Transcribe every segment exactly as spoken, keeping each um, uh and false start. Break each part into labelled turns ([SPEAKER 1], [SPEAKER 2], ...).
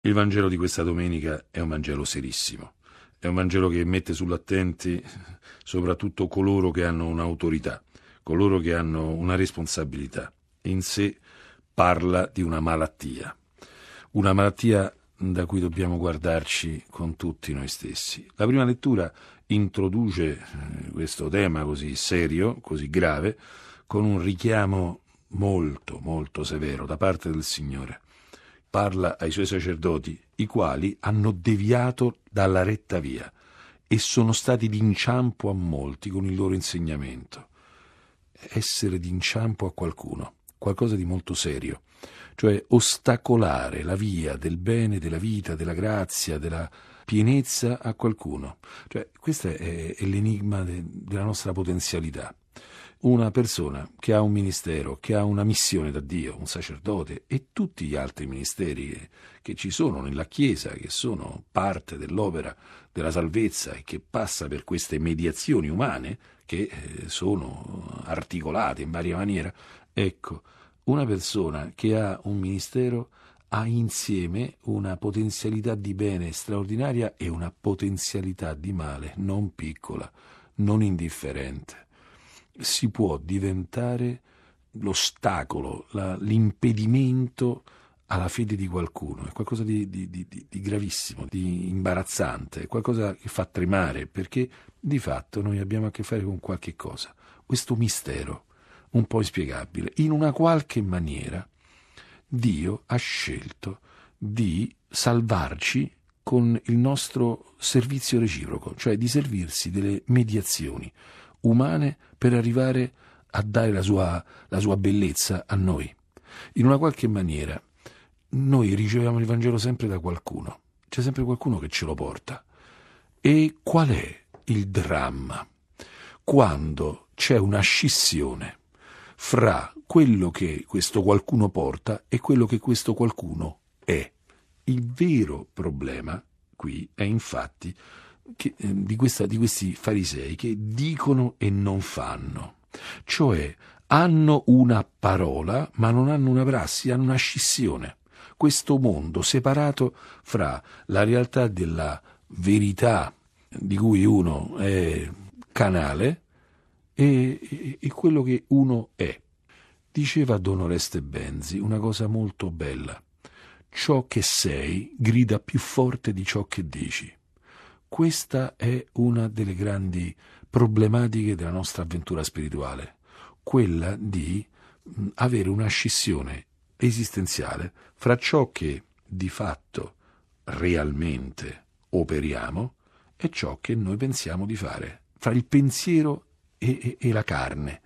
[SPEAKER 1] Il Vangelo di questa domenica è un Vangelo serissimo, è un Vangelo che mette sull'attenti soprattutto coloro che hanno un'autorità, coloro che hanno una responsabilità. In sé parla di una malattia, una malattia da cui dobbiamo guardarci con tutti noi stessi. La prima lettura introduce questo tema così serio, così grave, con un richiamo molto, molto severo da parte del Signore. Parla ai suoi sacerdoti, i quali hanno deviato dalla retta via e sono stati d'inciampo a molti con il loro insegnamento. Essere d'inciampo a qualcuno, qualcosa di molto serio, cioè ostacolare la via del bene, della vita, della grazia, della pienezza a qualcuno. Cioè, questo è, è l'enigma de, della nostra potenzialità. Una persona che ha un ministero, che ha una missione da Dio, un sacerdote e tutti gli altri ministeri che, che ci sono nella Chiesa, che sono parte dell'opera della salvezza e che passa per queste mediazioni umane che eh, sono articolate in varia maniera. Ecco, una persona che ha un ministero ha insieme una potenzialità di bene straordinaria e una potenzialità di male non piccola, non indifferente. Si può diventare l'ostacolo, la, l'impedimento alla fede di qualcuno. È qualcosa di, di, di, di gravissimo, di imbarazzante, è qualcosa che fa tremare, perché di fatto noi abbiamo a che fare con qualche cosa, questo mistero un po' inspiegabile. In una qualche maniera Dio ha scelto di salvarci con il nostro servizio reciproco, cioè di servirsi delle mediazioni umane per arrivare a dare la sua, la sua bellezza a noi. In una qualche maniera noi riceviamo il Vangelo sempre da qualcuno, c'è sempre qualcuno che ce lo porta. E qual è il dramma? Quando c'è una scissione fra quello che questo qualcuno porta e quello che questo qualcuno è. Il vero problema qui è infatti Che, eh, di, questa, di questi farisei che dicono e non fanno, cioè hanno una parola ma non hanno una prassi, hanno una scissione, questo mondo separato fra la realtà della verità di cui uno è canale e, e, e quello che uno è. Diceva Don Oreste Benzi una cosa molto bella: ciò che sei grida più forte di ciò che dici. Questa è una delle grandi problematiche della nostra avventura spirituale, quella di avere una scissione esistenziale fra ciò che di fatto realmente operiamo e ciò che noi pensiamo di fare, fra il pensiero e, e, e la carne.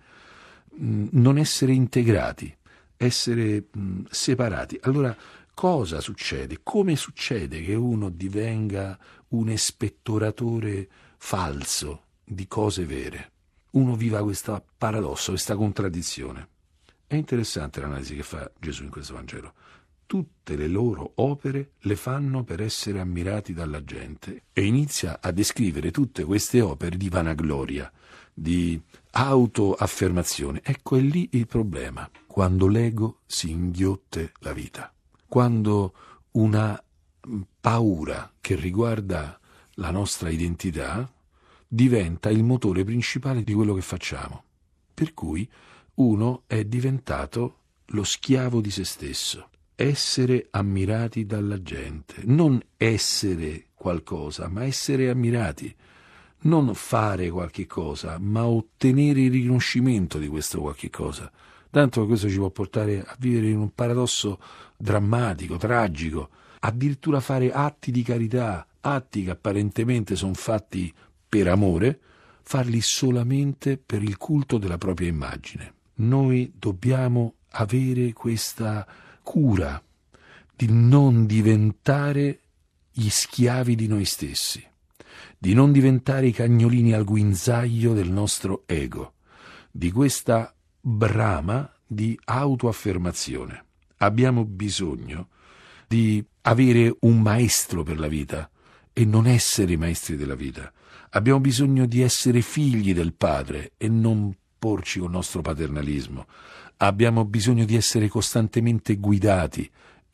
[SPEAKER 1] Non essere integrati, essere mh, separati. Allora, cosa succede? Come succede che uno divenga un espettoratore falso di cose vere? Uno viva questo paradosso, questa contraddizione. È interessante l'analisi che fa Gesù in questo Vangelo. Tutte le loro opere le fanno per essere ammirati dalla gente e inizia a descrivere tutte queste opere di vanagloria, di autoaffermazione. Ecco, è lì il problema, quando l'ego si inghiotte la vita. Quando una paura che riguarda la nostra identità diventa il motore principale di quello che facciamo, per cui uno è diventato lo schiavo di se stesso. Essere ammirati dalla gente, non essere qualcosa, ma essere ammirati, non fare qualche cosa, ma ottenere il riconoscimento di questo qualche cosa. Tanto che questo ci può portare a vivere in un paradosso drammatico, tragico, addirittura fare atti di carità, atti che apparentemente sono fatti per amore, farli solamente per il culto della propria immagine. Noi dobbiamo avere questa cura di non diventare gli schiavi di noi stessi, di non diventare i cagnolini al guinzaglio del nostro ego, di questa brama di autoaffermazione. Abbiamo bisogno di avere un maestro per la vita e non essere i maestri della vita. Abbiamo bisogno di essere figli del Padre e non porci col nostro paternalismo. Abbiamo bisogno di essere costantemente guidati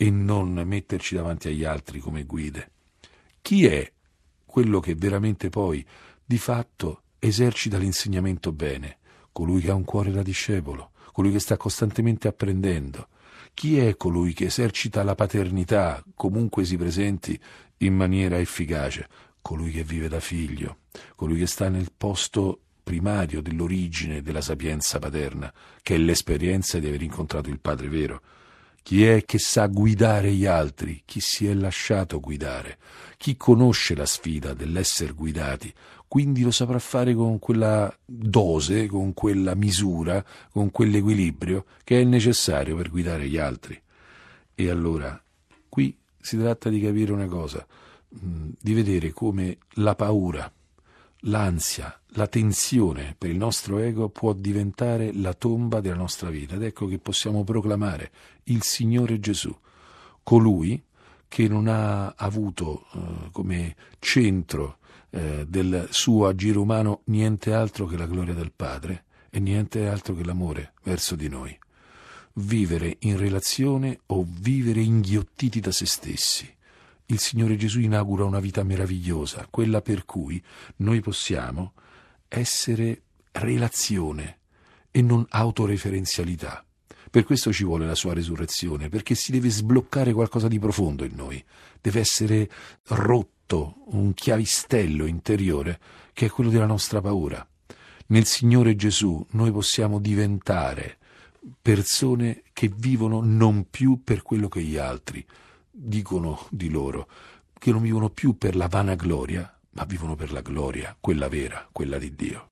[SPEAKER 1] e non metterci davanti agli altri come guide. Chi è quello che veramente poi di fatto esercita l'insegnamento bene? Colui che ha un cuore da discepolo, colui che sta costantemente apprendendo. Chi è colui che esercita la paternità, comunque si presenti, in maniera efficace? Colui che vive da figlio, colui che sta nel posto primario dell'origine della sapienza paterna, che è l'esperienza di aver incontrato il Padre vero. Chi è che sa guidare gli altri? Chi si è lasciato guidare? Chi conosce la sfida dell'essere guidati? Quindi lo saprà fare con quella dose, con quella misura, con quell'equilibrio che è necessario per guidare gli altri. E allora, qui si tratta di capire una cosa, di vedere come la paura, l'ansia, la tensione per il nostro ego può diventare la tomba della nostra vita. Ed ecco che possiamo proclamare il Signore Gesù, colui che non ha avuto eh, come centro eh, del suo agire umano niente altro che la gloria del Padre e niente altro che l'amore verso di noi. Vivere in relazione o vivere inghiottiti da se stessi. Il Signore Gesù inaugura una vita meravigliosa, quella per cui noi possiamo essere relazione e non autoreferenzialità. Per questo ci vuole la sua resurrezione, perché si deve sbloccare qualcosa di profondo in noi. Deve essere rotto un chiavistello interiore che è quello della nostra paura. Nel Signore Gesù noi possiamo diventare persone che vivono non più per quello che gli altri dicono di loro, che non vivono più per la vanagloria, ma vivono per la gloria, quella vera, quella di Dio.